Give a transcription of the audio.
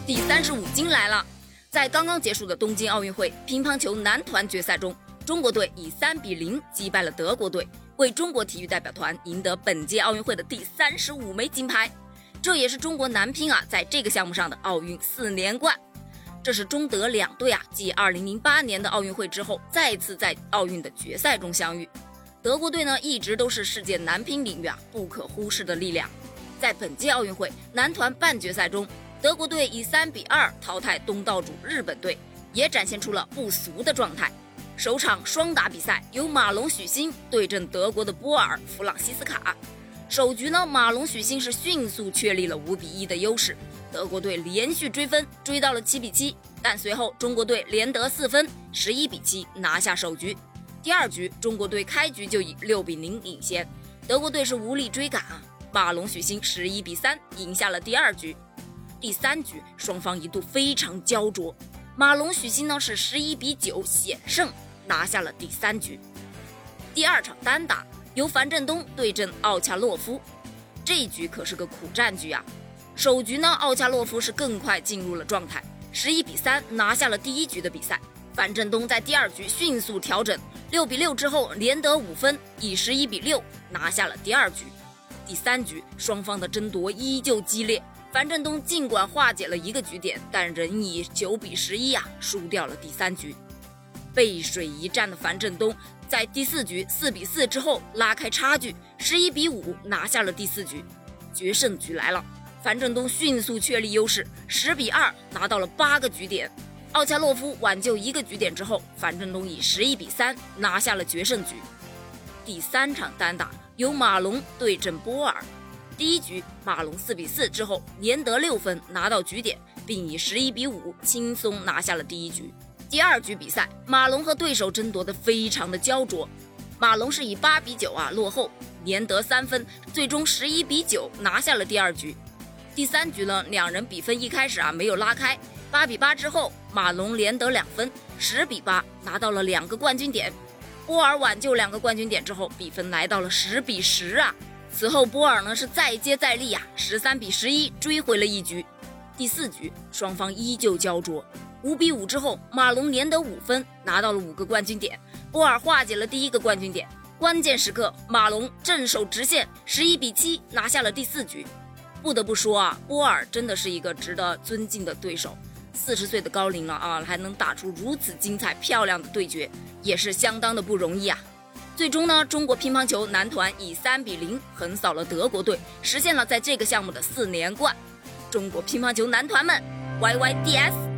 第35金来了。在刚刚结束的东京奥运会乒乓球男团决赛中，中国队以3-0击败了德国队，为中国体育代表团赢得本届奥运会的第35枚金牌。这也是中国男乒在这个项目上的奥运4连冠。这是中德两队继2008年的奥运会之后，再次在奥运的决赛中相遇。德国队呢，一直都是世界男乒领域不可忽视的力量。在本届奥运会男团半决赛中，德国队以3-2淘汰东道主日本队，也展现出了不俗的状态。首场双打比赛由马龙许昕对阵德国的波尔弗朗西斯卡。首局呢，马龙许昕是迅速确立了5-1的优势，德国队连续追分，追到了7-7，但随后中国队连得4分，11-7拿下首局。第二局，中国队开局就以6-0领先，德国队是无力追赶马龙许昕11-3赢下了第二局。第三局，双方一度非常焦灼，马龙许昕呢是11-9险胜拿下了第三局。第二场单打由樊振东对阵奥恰洛夫，这一局可是个苦战局首局呢，奥恰洛夫是更快进入了状态，11-3拿下了第一局的比赛。樊振东在第二局迅速调整，6-6之后连得5分，以11-6拿下了第二局。第三局双方的争夺依旧激烈，樊振东尽管化解了一个局点，但仍以9-11输掉了第三局。背水一战的樊振东在第四局4-4之后拉开差距，11-5拿下了第四局。决胜局来了，樊振东迅速确立优势，10-2拿到了8个局点。奥恰洛夫挽救一个局点之后，樊振东以11-3拿下了决胜局。第三场单打由马龙对阵波尔，第一局马龙4-4之后连得6分拿到局点，并以11-5轻松拿下了第一局。第二局比赛，马龙和对手争夺得非常的焦灼，马龙是以8-9落后，连得3分，最终11-9拿下了第二局。第三局呢，两人比分一开始没有拉开，8-8之后马龙连得2分，10-8拿到了2个冠军点。波尔挽救2个冠军点之后，比分来到了10-10此后波尔呢是再接再厉13-11追回了一局。第四局双方依旧焦灼，5-5之后马龙连得5分，拿到了5个冠军点，波尔化解了第一个冠军点。关键时刻马龙正手直线，11-7拿下了第四局。不得不说波尔真的是一个值得尊敬的对手，40岁的高龄了还能打出如此精彩漂亮的对决，也是相当的不容易最终呢，中国乒乓球男团以3-0横扫了德国队，实现了在这个项目的4连冠。中国乒乓球男团们 YYDS